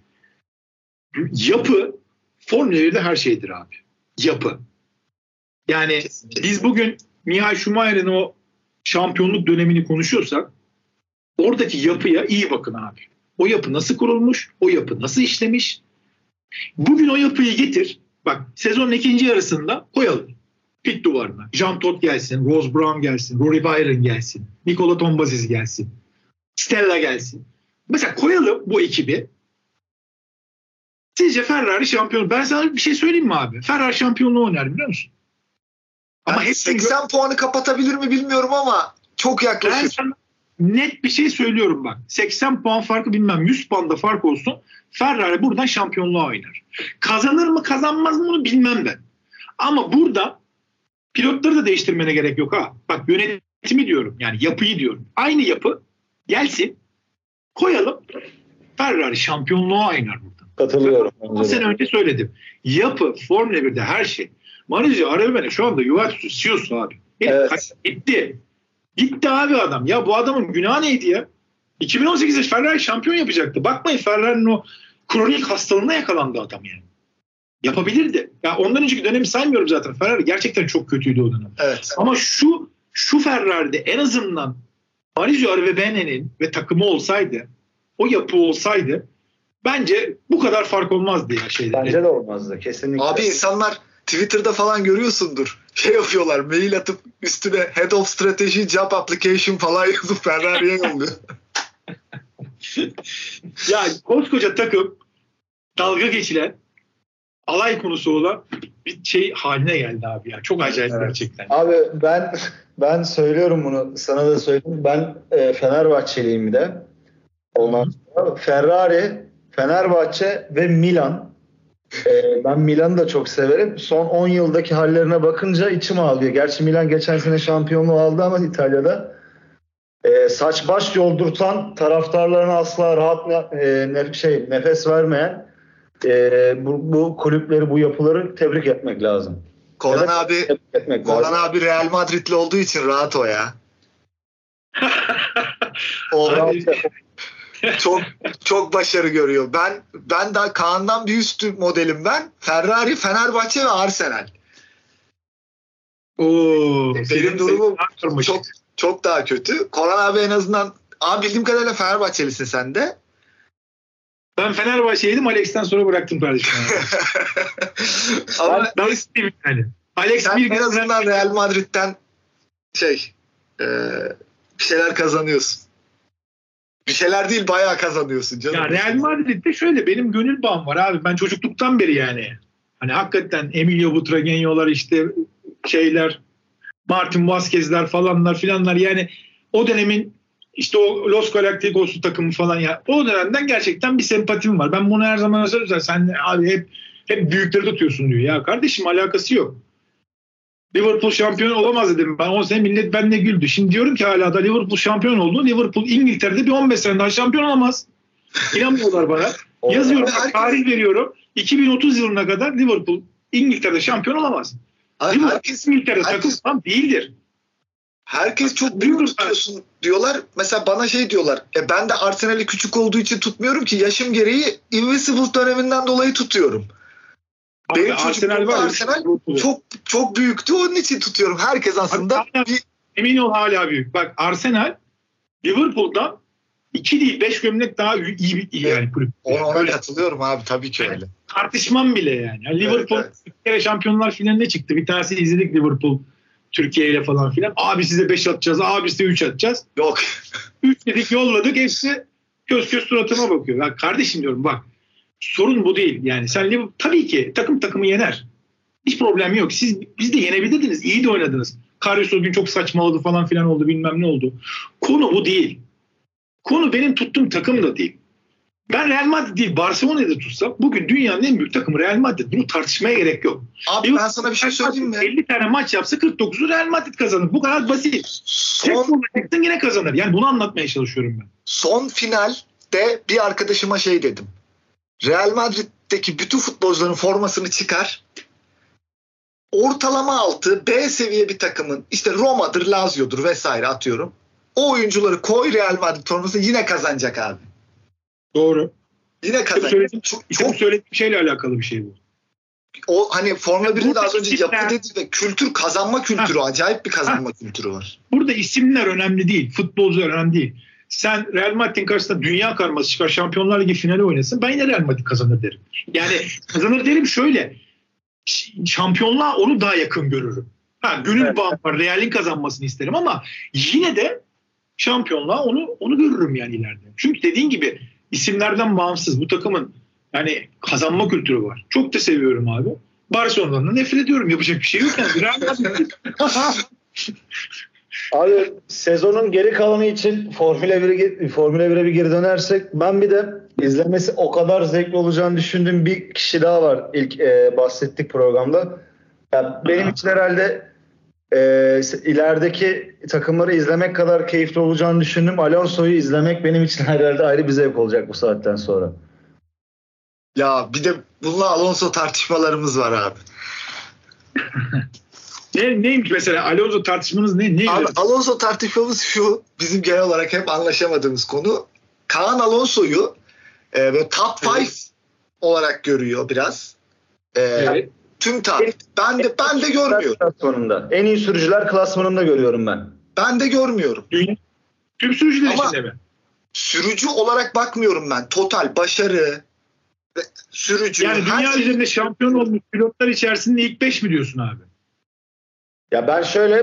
yapı Formula 1'de her şeydir abi. Yapı. Yani biz bugün Michael Schumacher'in o şampiyonluk dönemini konuşuyorsak oradaki yapıya iyi bakın abi. O yapı nasıl kurulmuş? O yapı nasıl işlemiş? Bugün o yapıyı getir. Bak sezonun ikinci yarısında koyalım. Pit duvarına. Jean Todt gelsin, Ross Brown gelsin, Rory Byron gelsin, Nicola Tombasis gelsin, Stella gelsin. Mesela koyalım bu ekibi. Sizce Ferrari şampiyon? Ben sana bir şey söyleyeyim mi abi? Ferrari şampiyonluğu oynar biliyor musun? Ama hep 80 puanı kapatabilir mi bilmiyorum ama çok yaklaşır. Ben sana net bir şey söylüyorum bak. 80 puan farkı bilmem 100 puan da fark olsun. Ferrari buradan şampiyonluğa oynar. Kazanır mı kazanmaz mı bunu bilmem ben. Ama burada pilotları da değiştirmene gerek yok ha. Bak yönetimi diyorum. Yani yapıyı diyorum. Aynı yapı gelsin. Koyalım. Ferrari şampiyonluğa oynar burada. Katılıyorum. 10 sene önce söyledim. Yapı Formula 1'de her şey. Marizio Arevene şu anda Juventus CEO'su abi. Evet. Gitti abi adam. Ya bu adamın günahı neydi ya? 2018'de Ferrari şampiyon yapacaktı. Bakmayın Ferrari'nin o kronik hastalığına yakalandı adam yani. Yapabilirdi. Ya ondan önceki dönemi saymıyorum zaten. Ferrari gerçekten çok kötüydü o dönem. Evet. Ama şu Ferrari'de en azından Marizio Arevene'nin ve takımı olsaydı, o yapı olsaydı bence bu kadar fark olmazdı ya şeyde. Bence de olmazdı kesinlikle. Abi insanlar Twitter'da falan görüyorsundur. Yapıyorlar, mail atıp üstüne Head of Strategy Job Application falan yazıp Ferrari'ye yolluyor. Ya koskoca takım dalga geçilen, alay konusu olan bir haline geldi abi ya. Çok acayip gerçekten. Abi ben söylüyorum bunu. Sana da söyledim. Ben Fenerbahçeliyim bir de. Ondan sonra Ferrari, Fenerbahçe ve Milan. Ben Milan'ı da çok severim. Son 10 yıldaki hallerine bakınca içim ağlıyor. Gerçi Milan geçen sene şampiyonluğu aldı ama İtalya'da saç baş yoldurtan, taraftarlarına asla rahat nefes vermeyen bu kulüpleri, bu yapıları tebrik etmek lazım. Koran abi Real Madrid'li olduğu için rahat o ya. O çok başarı görüyor. Ben daha Kaan'dan bir üstü modelim ben. Ferrari, Fenerbahçe ve Arsenal. Benim durumum çok daha kötü. Koran abi en azından bildiğim kadarıyla Fenerbahçelisin sen de. Ben Fenerbahçeliydim. Alex'ten sonra bıraktım kardeşim. Ama ben yani. Alex sen en azından Real Madrid'den bir şeyler kazanıyorsun. Bir şeyler değil, bayağı kazanıyorsun canım. Ya Real Madrid'de şöyle benim gönül bağım var abi. Ben çocukluktan beri yani. Hani hakikaten Emilio Butragueño'lar işte Martin Vázquez'ler falanlar filanlar yani o dönemin işte o Los Galacticos'u takımı falan ya. O dönemden gerçekten bir sempatim var. Ben bunu her zaman söylüyorum. Sen abi hep büyükleri tutuyorsun diyor. Ya kardeşim alakası yok. Liverpool şampiyon olamaz dedim. Ben 10 sene millet benimle güldü. Şimdi diyorum ki hala da Liverpool şampiyon oldu. Liverpool İngiltere'de bir 15 sene daha şampiyon olamaz. İnanmıyorlar bana. Yazıyorum, tarih veriyorum. 2030 yılına kadar Liverpool İngiltere'de şampiyon olamaz. Herkes İngiltere'de takım değildir. Herkes çok büyük tutuyorsun diyorlar. Mesela bana diyorlar. Ben de Arsenal'i küçük olduğu için tutmuyorum ki. Yaşım gereği Invincible döneminden dolayı tutuyorum. Abi, benim Arsenal çok büyüktü. Onun için tutuyorum. Herkes aslında. Emin ol hala büyük. Bak Arsenal Liverpool'dan 2 değil 5 gömlek daha iyi yani kulüp. Ona katılıyorum abi. Tabii ki öyle. Tartışmam bile yani. Liverpool bir kere Şampiyonlar Finali'ne çıktı. Bir tanesi izledik Liverpool Türkiye ile falan filan. Abi size 5 atacağız. Abi size 3 atacağız. Yok. 3 dedik yolladık. Hepsi göz suratıma bakıyor. Ya kardeşim diyorum bak. Sorun bu değil. Yani sen tabii ki takımı yener. Hiç problem yok. Biz de yenebilirdiniz. İyi de oynadınız. Karius o gün çok saçmaladı falan filan oldu. Bilmem ne oldu. Konu bu değil. Konu benim tuttuğum takım da değil. Ben Real Madrid değil Barcelona'da tutsam bugün dünyanın en büyük takımı Real Madrid. Bunu tartışmaya gerek yok. Abi ben sana bir şey söyleyeyim mi? 50 tane maç yapsa 49'u Real Madrid kazanır. Bu kadar basit. Tek yine kazanır. Yani bunu anlatmaya çalışıyorum ben. Son finalde bir arkadaşıma dedim. Real Madrid'deki bütün futbolcuların formasını çıkar. Ortalama altı B seviye bir takımın işte Roma'dır, Lazio'dur vesaire atıyorum. O oyuncuları koy Real Madrid formasını yine kazanacak abi. Doğru. Yine kazanacak. Çok söylediğim şeyle alakalı bir şey bu. O hani Formula 1'in de az önce yapı dediği ve kültür, kazanma kültürü, acayip bir kazanma kültürü var. Burada isimler önemli değil, futbolcular önemli değil. Sen Real Madrid'in karşısında dünya karması çıkar, Şampiyonlar Ligi finali oynasın. Ben yine Real Madrid kazanır derim. Yani kazanır derim şöyle. Şampiyonluğa onu daha yakın görürüm. Gönül bağım var. Real'in kazanmasını isterim ama yine de şampiyonluğa onu görürüm yani ileride. Çünkü dediğin gibi isimlerden bağımsız bu takımın yani kazanma kültürü var. Çok da seviyorum abi. Barcelona'dan da nefret ediyorum. Yapacak bir şey yok yani. Abi sezonun geri kalanı için Formula 1'e bir geri dönersek ben bir de izlemesi o kadar zevkli olacağını düşündüğüm bir kişi daha var ilk bahsettik programda. Yani benim için herhalde ilerideki takımları izlemek kadar keyifli olacağını düşündüm. Alonso'yu izlemek benim için herhalde ayrı bir zevk olacak bu saatten sonra. Ya bir de bununla Alonso tartışmalarımız var abi. Neymiş mesela Alonso tartışmanız ne? Abi, Alonso tartışmamız şu, bizim genel olarak hep anlaşamadığımız konu. Kaan Alonso'yu böyle top 5 olarak görüyor biraz. Evet. Tüm tarih. Ben de görmüyorum. Klasmanında. En iyi sürücüler klasmanında görüyorum ben. Ben de görmüyorum. Tüm sürücüler içinde mi? Sürücü olarak bakmıyorum ben. Total başarı, sürücü. Yani dünya üzerinde şampiyon olmuş pilotlar içerisinde ilk 5 mi diyorsun abi? Ya ben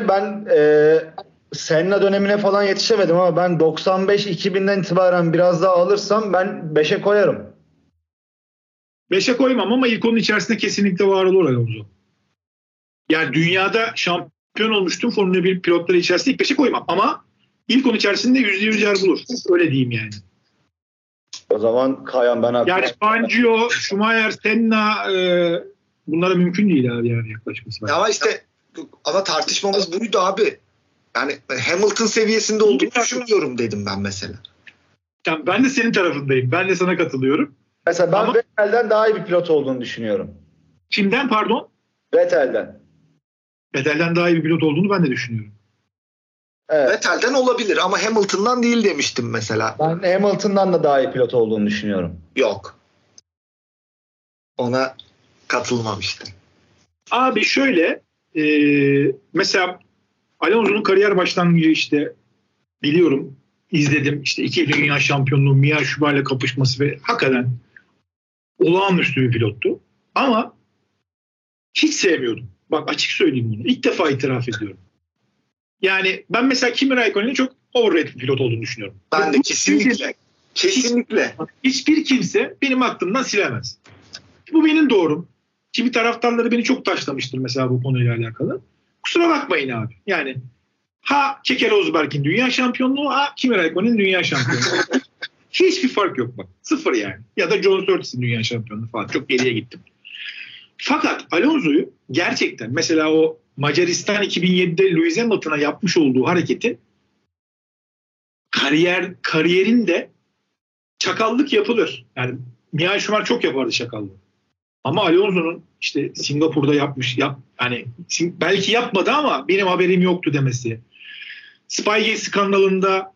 Senna dönemine falan yetişemedim ama ben 95-2000'den itibaren biraz daha alırsam ben 5'e koyarım. 5'e koymam ama ilk onun içerisinde kesinlikle var olur Alonso. Yani dünyada şampiyon olmuş tüm Formula 1 pilotları içerisinde ilk 5'e koymam ama ilk onun içerisinde %100 yer bulur. Öyle diyeyim yani. O zaman Kayan ben hakkım. Yani Fangio, Schumacher, Senna bunlara mümkün değil abi yani yaklaşması. Ama tartışmamız buydu abi. Yani Hamilton seviyesinde olduğunu düşünmüyorum dedim ben mesela. Yani ben de senin tarafındayım. Ben de sana katılıyorum. Mesela ben Vettel'den daha iyi bir pilot olduğunu düşünüyorum. Kimden pardon? Vettel'den. Vettel'den daha iyi bir pilot olduğunu ben de düşünüyorum. Evet. Vettel'den olabilir ama Hamilton'dan değil demiştim mesela. Ben Hamilton'dan da daha iyi pilot olduğunu düşünüyorum. Yok. Ona katılmamıştım. Abi şöyle mesela Alonso'nun kariyer başlangıcı işte biliyorum, izledim. İşte 2 dünya şampiyonluğu, Mia Schumacher'le kapışması ve hakikaten olağanüstü bir pilottu. Ama hiç sevmiyordum. Bak açık söyleyeyim bunu. İlk defa itiraf ediyorum. Yani ben mesela Kimi Raikkonen'in çok overrated bir pilot olduğunu düşünüyorum. Ben de kesinlikle. Kesinlikle. Hiçbir kimse benim aklımdan silemez. Bu benim doğrum. Kimi taraftarları beni çok taşlamıştır mesela bu konuyla alakalı. Kusura bakmayın abi. Yani ha Keke Rosberg'in dünya şampiyonluğu, ha Kimi Raikkonen'in dünya şampiyonluğu. Hiçbir fark yok bak. Sıfır yani. Ya da John Surtees'in dünya şampiyonluğu falan. Çok geriye gittim. Fakat Alonso'yu gerçekten mesela o Macaristan 2007'de Lewis Hamilton'a yapmış olduğu hareketi kariyerinde çakallık yapılır. Yani Michael Schumacher çok yapardı çakallığı. Ama Alonso'nun işte Singapur'da yani belki yapmadı ama benim haberim yoktu demesi. Spygate skandalında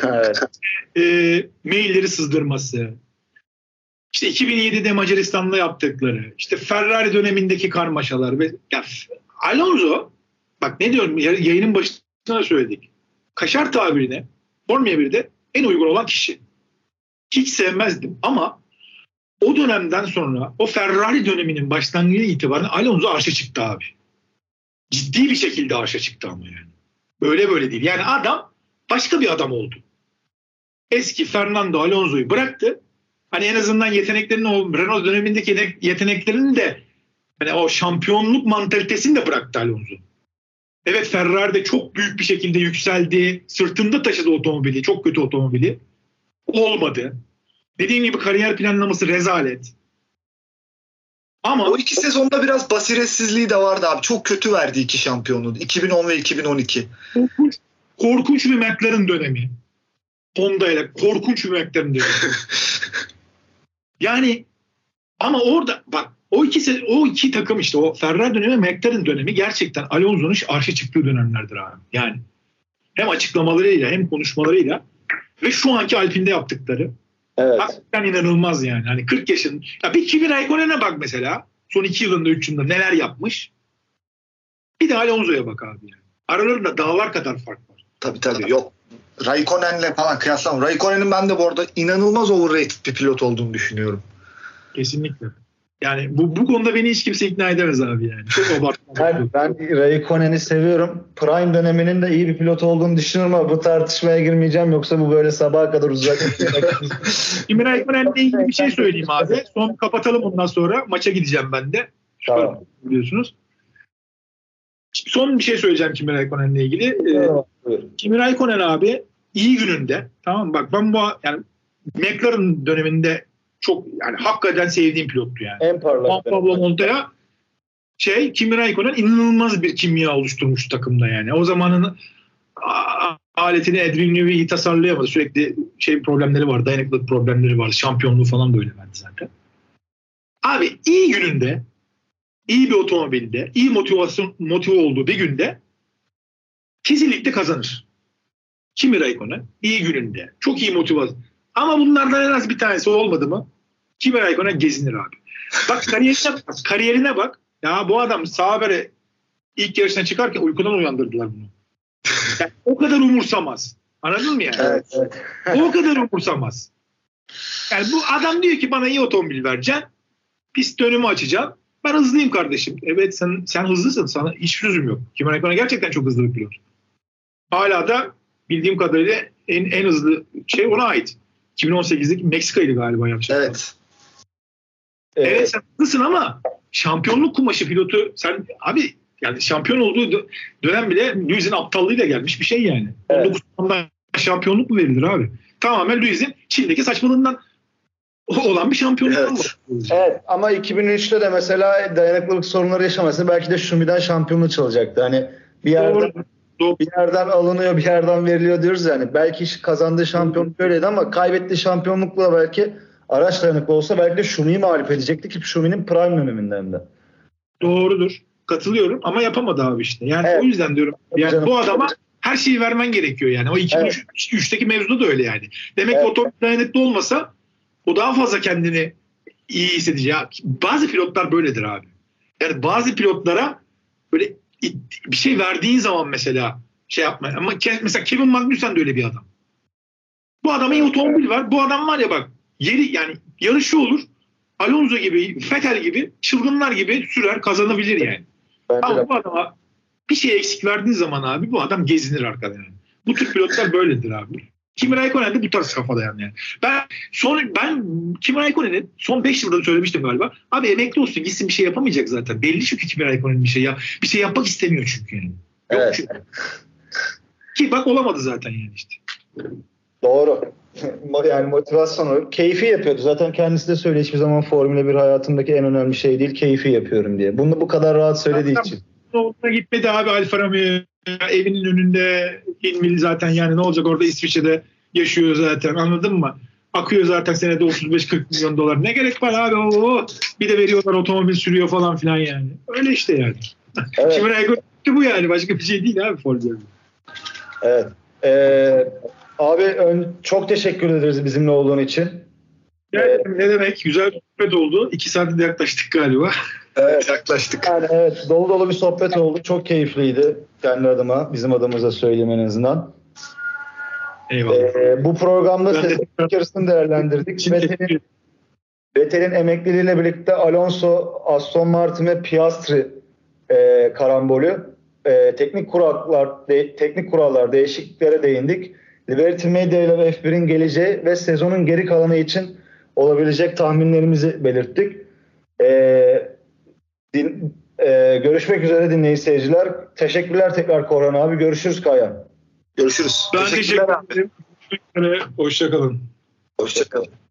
mailleri sızdırması. İşte 2007'de Macaristan'da yaptıkları. İşte Ferrari dönemindeki karmaşalar ve ya Alonso, bak ne diyorum, yayının başında söyledik. Kaşar tabirine Formula 1'de en uygun olan kişi. Hiç sevmezdim ama o dönemden sonra o Ferrari döneminin başlangıcı itibaren Alonso arşa çıktı abi. Ciddi bir şekilde arşa çıktı ama yani. Böyle değil. Yani adam başka bir adam oldu. Eski Fernando Alonso'yu bıraktı. Hani en azından yeteneklerini, o Renault dönemindeki yeteneklerini de hani o şampiyonluk mantalitesini de bıraktı Alonso. Evet, Ferrari'de çok büyük bir şekilde yükseldi. Sırtında taşıdı otomobili. Çok kötü otomobili. Olmadı. Dediğim gibi kariyer planlaması rezalet. Ama o 2 sezonda biraz basiretsizliği de vardı abi. Çok kötü verdi 2 şampiyonluğu. 2010 ve 2012. Korkunç bir McLaren dönemi. Honda ile korkunç bir McLaren dönemi. Yani ama orada bak o iki takım, işte o Ferrari dönemi, McLaren dönemi gerçekten Alonso'nun arşa çıktığı dönemlerdir abi. Yani hem açıklamalarıyla hem konuşmalarıyla ve şu anki Alpine'de yaptıkları. Evet. Hakikaten inanılmaz yani. Hani 40 yaşın. Ya bir Kimi Raikkonen'e bak mesela. Son 2 yılında 3 yılında neler yapmış. Bir de Alonso'ya bak abi yani. Aralarında dağlar kadar fark var. Tabii yok. Raikkonen'le falan kıyaslamam. Raikkonen'in ben de bu arada inanılmaz overrated bir pilot olduğunu düşünüyorum. Kesinlikle. Yani bu konuda beni hiç kimse ikna edemez abi yani. Çok abartma. Ben Raikkonen'i seviyorum. Prime döneminin de iyi bir pilot olduğunu düşünüyorum ama bu tartışmaya girmeyeceğim. Yoksa bu böyle sabaha kadar uzak. Kimi Raikkonen'le ilgili bir şey söyleyeyim abi. Son kapatalım, ondan sonra maça gideceğim ben de. Tamam. Biliyorsunuz. Son bir şey söyleyeceğim Kimi Raikkonen'le ilgili. Kimi Raikkonen abi iyi gününde, tamam mı? Bak ben yani McLaren döneminde çok yani hakikaten sevdiğim pilottu yani. En parlak. Pablo Montoya Kimi Raikkonen inanılmaz bir kimya oluşturmuş takımda yani. O zamanın aletini Adrian Newey iyi tasarlayamadı. Sürekli problemleri var, dayanıklılık problemleri vardı. Şampiyonluğu falan böyle verdi zaten. Abi iyi gününde, iyi bir otomobilde, iyi motive olduğu bir günde kesinlikle kazanır. Kimi Raikkonen iyi gününde, çok iyi motivasyon. Ama bunlardan en az bir tanesi olmadı mı? Kimi Raikkonen gezinir abi. Bak kariyerine bak. Ya bu adam Sauber'e ilk yarışına çıkarken uykudan uyandırdılar bunu. Yani o kadar umursamaz. Anladın mı yani? Evet. O kadar umursamaz. Yani bu adam diyor ki bana iyi otomobil vereceksin. Pist dönümü açacağım. Ben hızlıyım kardeşim. Evet sen hızlısın. Sana hiç sözüm yok. Kimi Raikkonen gerçekten çok hızlı bir pilot. Hala da bildiğim kadarıyla en hızlı ona ait. 2018'deki Meksika'ydı galiba yanlış. Evet sen hızlısın ama şampiyonluk kumaşı pilotu sen abi, yani şampiyon olduğu dönem bile Lewis'in aptallığıyla gelmiş bir şey yani. Evet. 19 yaşında şampiyonluk mu verilir abi? Tamamen Lewis'in Çin'deki saçmalığından olan bir şampiyonluk var. Evet ama 2003'te de mesela dayanıklılık sorunları yaşaması belki de Schumi'den şampiyonluğu çalacaktı. Hani bir yerden alınıyor, bir yerden veriliyor diyoruz yani. Belki kazandığı şampiyonluk öyleydi ama kaybettiği şampiyonlukla belki araç dayanıklı olsa belki de Schumi'yi mağlup edecekti ki Schumi'nin prime döneminden de. Doğrudur. Katılıyorum ama yapamadı abi işte. Yani evet. O yüzden diyorum. Yani bu adama her şeyi vermen gerekiyor yani. O 2003'teki mevzuda da öyle yani. Demek ki otomobil dayanıklı olmasa o daha fazla kendini iyi hissedecek. Bazı pilotlar böyledir abi. Yani bazı pilotlara böyle bir şey verdiğin zaman mesela şey yapma. Ama mesela Kevin Magnussen de öyle bir adam. Bu adamın iyi otomobil var. Bu adam var ya bak yani yarışı olur. Alonso gibi, Vettel gibi, çılgınlar gibi sürer, kazanabilir yani. Ama bu adama bir şey eksik verdiğin zaman abi bu adam gezinir arkada yani. Bu tür pilotlar böyledir abi. Kimi Raikkonen de bu tarz kafada yani. Ben Kimi Raikkonen'in son 5 yılda söylemiştim galiba. Abi emekli olsun gitsin bir şey yapamayacak zaten. Belli çünkü Kimi Raikkonen bir şey yapmak istemiyor çünkü yani. Yok evet. çünkü. Ki bak olamadı zaten yani işte. Doğru. Yani motivasyonu keyfi yapıyordu. Zaten kendisi de söylüyor hiçbir zaman Formula 1 hayatımdaki en önemli şey değil. Keyfi yapıyorum diye. Bunu bu kadar rahat söylediği için. Ona gitmedi abi Alfa Romeo. Evinin önünde İlmili zaten yani ne olacak orada İsviçre'de yaşıyor zaten anladın mı? Akıyor zaten senede 35-40 milyon dolar. Ne gerek var abi? Bir de veriyorlar otomobil sürüyor falan filan yani. Öyle işte yani. Evet. Kimi Raikkonen bu yani. Başka bir şey değil abi Formula 1. Evet. Abi çok teşekkür ederiz bizimle olduğun için. Ne demek? Güzel bir sohbet oldu. 2 saate de yaklaştık galiba. Evet. Yaklaştık. Yani evet dolu dolu bir sohbet oldu. Çok keyifliydi. Kendi adıma, bizim adımıza söyleyeyim en azından. Eyvallah. Bu programda sezon yarısını değerlendirdik. Vettel'in emekliliğiyle birlikte Alonso, Aston Martin ve Piastri karambolü. Teknik kurallar değişikliklere değindik. Liberty Media ile F1'in geleceği ve sezonun geri kalanı için olabilecek tahminlerimizi belirttik. Görüşmek üzere dinleyici seyirciler. Teşekkürler tekrar Korhan abi. Görüşürüz Kaya. Görüşürüz. Ben teşekkür ederim. Hoşça kalın. Hoşça kalın.